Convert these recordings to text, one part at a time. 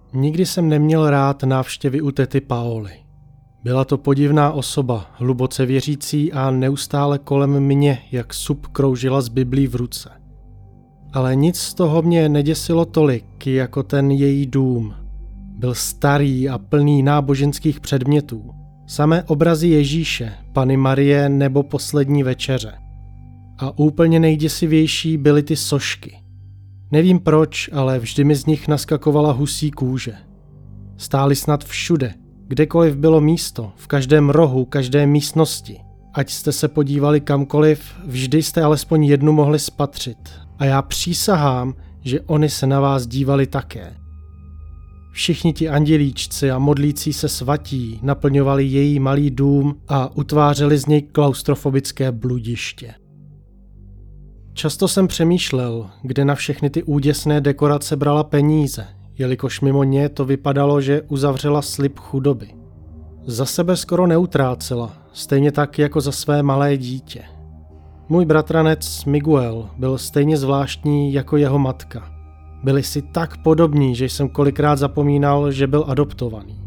Nikdy jsem neměl rád návštěvy u tety Paoly. Byla to podivná osoba, hluboce věřící a neustále kolem mě, jak sup kroužila s Biblí v ruce. Ale nic z toho mě neděsilo tolik, jako ten její dům. Byl starý a plný náboženských předmětů. Samé obrazy Ježíše, Panny Marie nebo Poslední večeře. A úplně nejděsivější byly ty sošky. Nevím proč, ale vždy mi z nich naskakovala husí kůže. Stály snad všude, kdekoliv bylo místo, v každém rohu, každé místnosti. Ať jste se podívali kamkoliv, vždy jste alespoň jednu mohli spatřit. A já přísahám, že oni se na vás dívali také. Všichni ti andělíčci a modlící se svatí naplňovali její malý dům a utvářeli z něj klaustrofobické bludiště. Často jsem přemýšlel, kde na všechny ty úděsné dekorace brala peníze, jelikož mimo ně to vypadalo, že uzavřela slib chudoby. Za sebe skoro neutrácela, stejně tak jako za své malé dítě. Můj bratranec Miguel byl stejně zvláštní jako jeho matka. Byli si tak podobní, že jsem kolikrát zapomínal, že byl adoptovaný.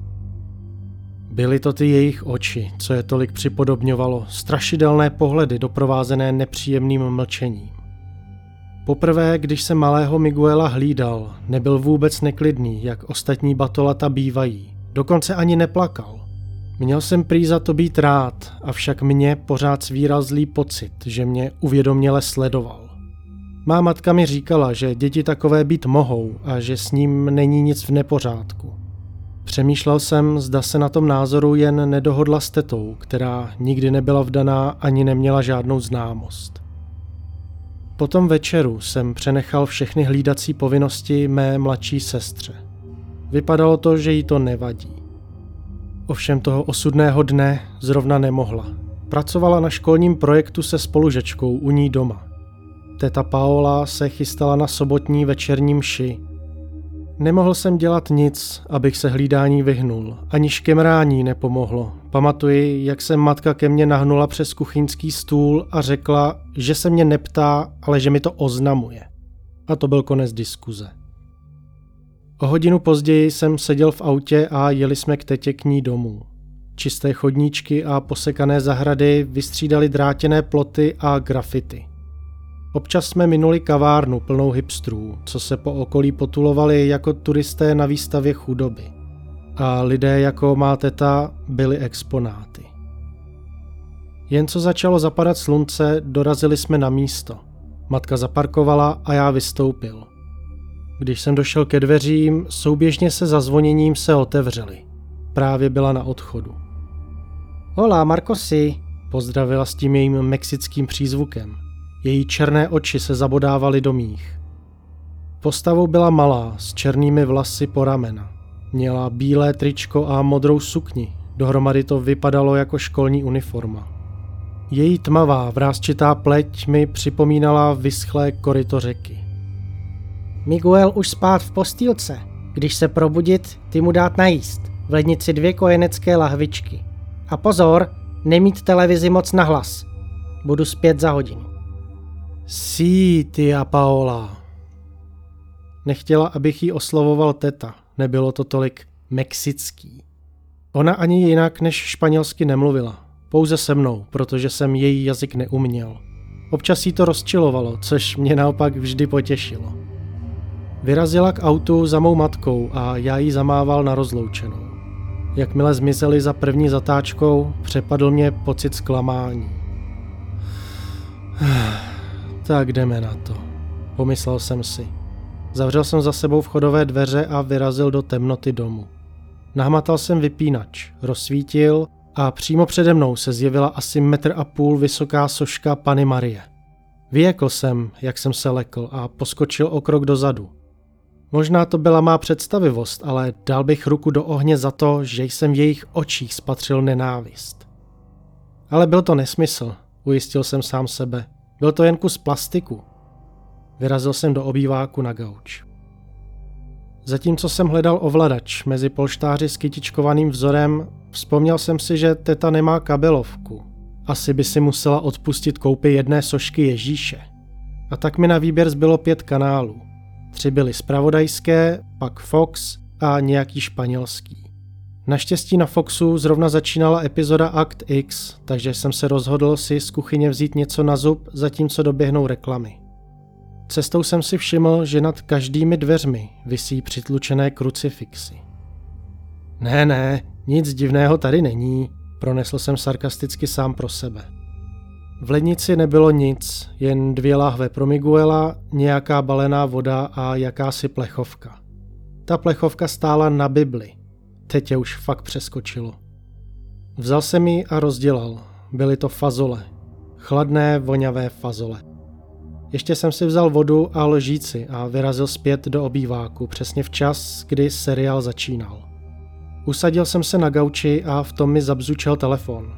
Byly to ty jejich oči, co je tolik připodobňovalo, strašidelné pohledy doprovázené nepříjemným mlčením. Poprvé, když jsem malého Miguela hlídal, nebyl vůbec neklidný, jak ostatní batolata bývají. Dokonce ani neplakal. Měl jsem prý za to být rád, avšak mě pořád svíral zlý pocit, že mě uvědoměle sledoval. Má matka mi říkala, že děti takové být mohou a že s ním není nic v nepořádku. Přemýšlel jsem, zda se na tom názoru jen nedohodla s tetou, která nikdy nebyla vdaná ani neměla žádnou známost. Po tom večeru jsem přenechal všechny hlídací povinnosti mé mladší sestře. Vypadalo to, že jí to nevadí. Ovšem toho osudného dne zrovna nemohla. Pracovala na školním projektu se spolužečkou u ní doma. Teta Paola se chystala na sobotní večerní mši. Nemohl jsem dělat nic, abych se hlídání vyhnul. Ani škemrání nepomohlo. Pamatuji, jak se matka ke mně nahnula přes kuchyňský stůl a řekla, že se mě neptá, ale že mi to oznamuje. A to byl konec diskuze. O hodinu později jsem seděl v autě a jeli jsme k tetě k ní domů. Čisté chodníčky a posekané zahrady vystřídaly drátěné ploty a grafity. Občas jsme minuli kavárnu plnou hipstrů, co se po okolí potulovali jako turisté na výstavě chudoby. A lidé jako má teta byli exponáty. Jen co začalo zapadat slunce, dorazili jsme na místo. Matka zaparkovala a já vystoupil. Když jsem došel ke dveřím, souběžně se zazvoněním se otevřely. Právě byla na odchodu. Hola, Marcosi, pozdravila s tím jejím mexickým přízvukem. Její černé oči se zabodávaly do mých. Postavou byla malá, s černými vlasy po ramena. Měla bílé tričko a modrou sukni, dohromady to vypadalo jako školní uniforma. Její tmavá, vrásčitá pleť mi připomínala vyschlé koryto řeky. Miguel už spát v postýlce. Když se probudit, ty mu dát najíst. V lednici 2 kojenecké lahvičky. A pozor, nemít televizi moc nahlas. Budu zpět za hodinu. Sí, tia Paola. Nechtěla, abych jí oslovoval teta, nebylo to tolik mexický. Ona ani jinak než španělsky nemluvila, pouze se mnou, protože jsem její jazyk neuměl. Občas jí to rozčilovalo, což mě naopak vždy potěšilo. Vyrazila k autu za mou matkou a já jí zamával na rozloučenou. Jakmile zmizeli za první zatáčkou, přepadl mě pocit zklamání. Tak jdeme na to, pomyslel jsem si. Zavřel jsem za sebou vchodové dveře a vyrazil do temnoty domu. Nahmatal jsem vypínač, rozsvítil a přímo přede mnou se zjevila asi 1,5 m vysoká soška Panny Marie. Vyjekl jsem, jak jsem se lekl a poskočil o krok dozadu. Možná to byla má představivost, ale dal bych ruku do ohně za to, že jsem v jejich očích spatřil nenávist. Ale byl to nesmysl, ujistil jsem sám sebe. Byl to jen kus plastiku. Vyrazil jsem do obýváku na gauč. Zatímco jsem hledal ovladač mezi polštáři s kytičkovaným vzorem, vzpomněl jsem si, že teta nemá kabelovku. Asi by si musela odpustit koupi jedné sošky Ježíše. A tak mi na výběr zbylo 5 kanálů. 3 byly zpravodajské, pak Fox a nějaký španělský. Naštěstí na Foxu zrovna začínala epizoda Akt X, takže jsem se rozhodl si z kuchyně vzít něco na zub, zatímco doběhnou reklamy. Cestou jsem si všiml, že nad každými dveřmi visí přitlučené krucifixy. Ne, nic divného tady není, pronesl jsem sarkasticky sám pro sebe. V lednici nebylo nic, jen 2 láhve pro Miguela, nějaká balená voda a jakási plechovka. Ta plechovka stála na Bibli. Teď je už fakt přeskočilo. Vzal jsem ji a rozdělal. Byly to fazole. Chladné, voňavé fazole. Ještě jsem si vzal vodu a lžíci a vyrazil zpět do obýváku přesně včas, kdy seriál začínal. Usadil jsem se na gauči a v tom mi zabzučel telefon.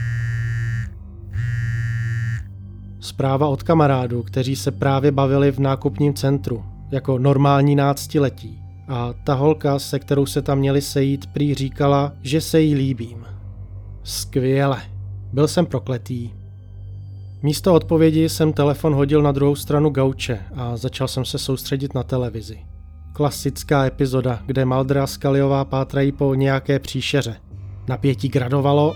Zpráva od kamarádů, kteří se právě bavili v nákupním centru, jako normální náctiletí. A ta holka, se kterou se tam měli sejít, prý říkala, že se jí líbím. Skvěle. Byl jsem prokletý. Místo odpovědi jsem telefon hodil na druhou stranu gauče a začal jsem se soustředit na televizi. Klasická epizoda, kde Mulder a Scullyová pátrají po nějaké příšeře. Napětí gradovalo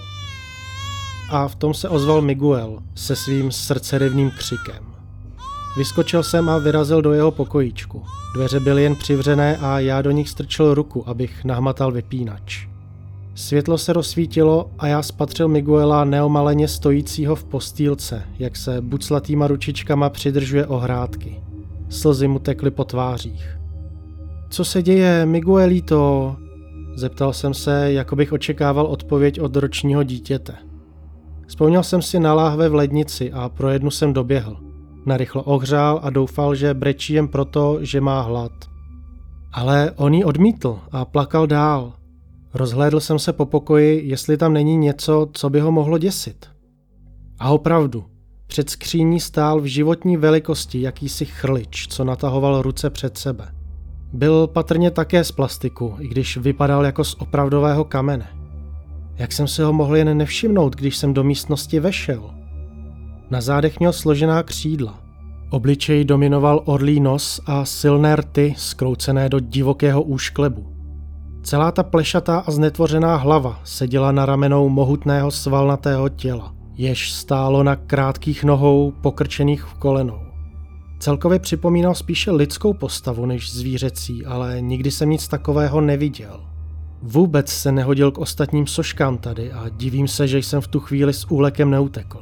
a v tom se ozval Miguel se svým srdcerivným křikem. Vyskočil jsem a vyrazil do jeho pokojíčku. Dveře byly jen přivřené a já do nich strčil ruku, abych nahmatal vypínač. Světlo se rozsvítilo a já spatřil Miguela neomaleně stojícího v postýlce, jak se buclatýma ručičkama přidržuje ohrádky. Slzy mu tekly po tvářích. Co se děje, Miguelito? Zeptal jsem se, jako bych očekával odpověď od ročního dítěte. Vzpomněl jsem si na láhve v lednici a pro jednu jsem doběhl. Narychlo ohřál a doufal, že brečí jen proto, že má hlad. Ale on ji odmítl a plakal dál. Rozhlédl jsem se po pokoji, jestli tam není něco, co by ho mohlo děsit. A opravdu, před skříní stál v životní velikosti jakýsi chrlič, co natahoval ruce před sebe. Byl patrně také z plastiku, i když vypadal jako z opravdového kamene. Jak jsem si ho mohl jen nevšimnout, když jsem do místnosti vešel? Na zádech měl složená křídla. Obličej dominoval orlí nos a silné rty skroucené do divokého úšklebu. Celá ta plešatá a znetvořená hlava seděla na ramenou mohutného svalnatého těla, jež stálo na krátkých nohou pokrčených v kolenou. Celkově připomínal spíše lidskou postavu než zvířecí, ale nikdy jsem nic takového neviděl. Vůbec se nehodil k ostatním soškám tady a divím se, že jsem v tu chvíli s úlekem neutekl.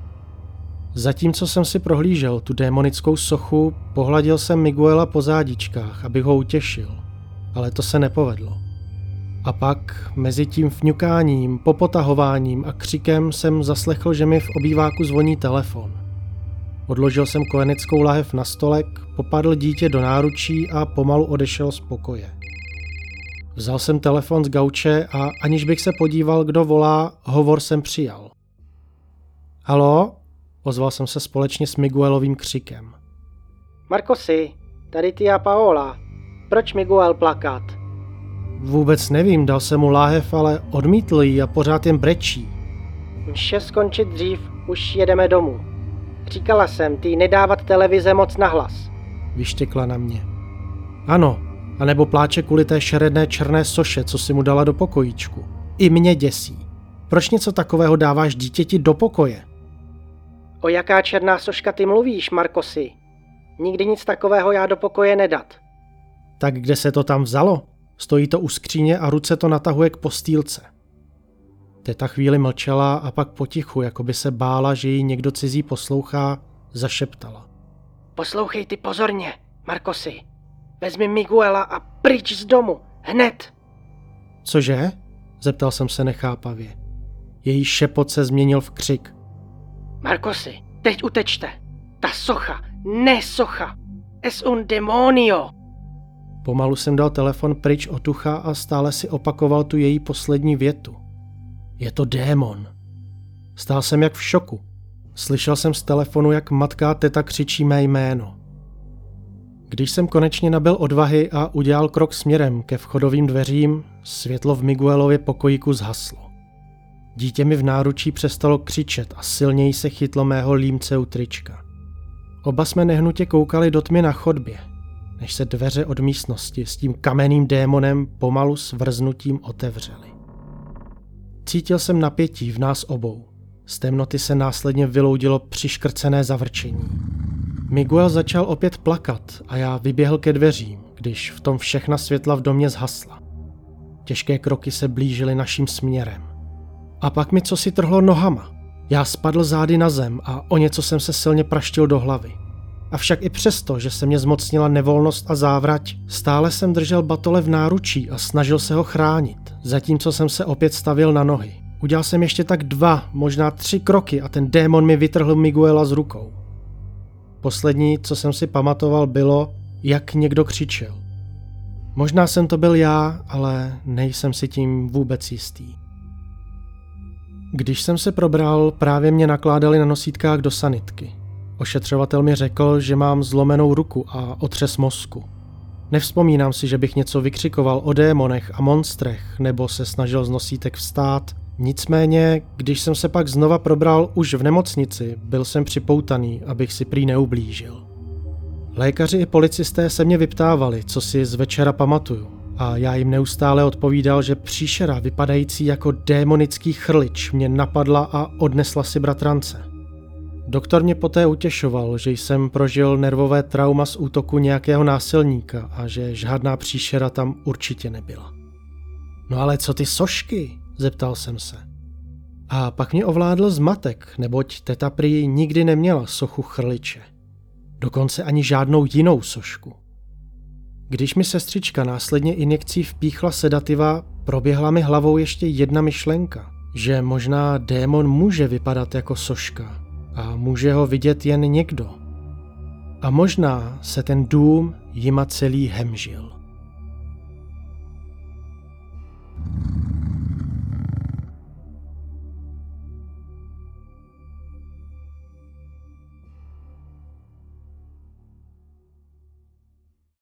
Zatímco jsem si prohlížel tu démonickou sochu, pohladil jsem Miguela po zádičkách, abych ho utěšil, ale to se nepovedlo. A pak, mezi tím fňukáním, popotahováním a křikem jsem zaslechl, že mi v obýváku zvoní telefon. Odložil jsem kojeneckou lahev na stolek, popadl dítě do náručí a pomalu odešel z pokoje. Vzal jsem telefon z gauče a aniž bych se podíval, kdo volá, hovor jsem přijal. Haló? Ozval jsem se společně s Miguelovým křikem. Marcosi, tady ty a Paola. Proč Miguel plakat? Vůbec nevím, dal jsem mu láhev, ale odmítl ji a pořád jen brečí. Vše skončit dřív, už jedeme domů. Říkala jsem, ty nedávat televize moc nahlas. Vyštěkla na mě. Ano, anebo pláče kvůli té šeredné černé soše, co si mu dala do pokojíčku. I mě děsí. Proč něco takového dáváš dítěti do pokoje? O jaká černá soška ty mluvíš, Marcosi? Nikdy nic takového já do pokoje nedat. Tak kde se to tam vzalo? Stojí to u skříně a ruce to natahuje k postýlce. Teta chvíli mlčela a pak potichu, jako by se bála, že ji někdo cizí poslouchá, zašeptala. Poslouchej ty pozorně, Marcosi. Vezmi Miguela a pryč z domu, hned. Cože? Zeptal jsem se nechápavě. Její šepot se změnil v křik. Marcosi, teď utečte. Ta socha, ne socha. Es un demonio. Pomalu jsem dal telefon pryč od ucha a stále si opakoval tu její poslední větu. Je to démon. Stál jsem jak v šoku. Slyšel jsem z telefonu, jak matka a teta křičí mé jméno. Když jsem konečně nabyl odvahy a udělal krok směrem ke vchodovým dveřím, světlo v Miguelově pokojíku zhaslo. Dítě mi v náručí přestalo křičet a silněji se chytlo mého límce u trička. Oba jsme nehnutě koukali do tmy na chodbě. než se dveře od místnosti s tím kamenným démonem pomalu svrznutím otevřely. Cítil jsem napětí v nás obou. Z temnoty se následně vyloudilo přiškrcené zavrčení. Miguel začal opět plakat a já vyběhl ke dveřím, když v tom všechna světla v domě zhasla. Těžké kroky se blížily naším směrem. A pak mi cosi trhlo nohama. Já spadl zády na zem a o něco jsem se silně praštil do hlavy. Avšak i přesto, že se mě zmocnila nevolnost a závrať, stále jsem držel batole v náručí a snažil se ho chránit, zatímco jsem se opět stavil na nohy. Udělal jsem ještě tak 2, možná 3 kroky a ten démon mi vytrhl Miguela z rukou. Poslední, co jsem si pamatoval, bylo, jak někdo křičel. Možná jsem to byl já, ale nejsem si tím vůbec jistý. Když jsem se probral, právě mě nakládali na nosítkách do sanitky. Ošetřovatel mi řekl, že mám zlomenou ruku a otřes mozku. Nevzpomínám si, že bych něco vykřikoval o démonech a monstrech nebo se snažil z nosítek vstát. Nicméně, když jsem se pak znova probral už v nemocnici, byl jsem připoutaný, abych si prý neublížil. Lékaři i policisté se mě vyptávali, co si z večera pamatuju, a já jim neustále odpovídal, že příšera vypadající jako démonický chrlič mě napadla a odnesla si bratrance. Doktor mě poté utěšoval, že jsem prožil nervové trauma z útoku nějakého násilníka a že žádná příšera tam určitě nebyla. No ale co ty sošky? Zeptal jsem se. A pak mě ovládl zmatek, neboť teta prý nikdy neměla sochu chrliče. Dokonce ani žádnou jinou sošku. Když mi sestřička následně injekcí vpíchla sedativa, proběhla mi hlavou ještě jedna myšlenka, že možná démon může vypadat jako soška a může ho vidět jen někdo. A možná se ten dům jima celý hemžil.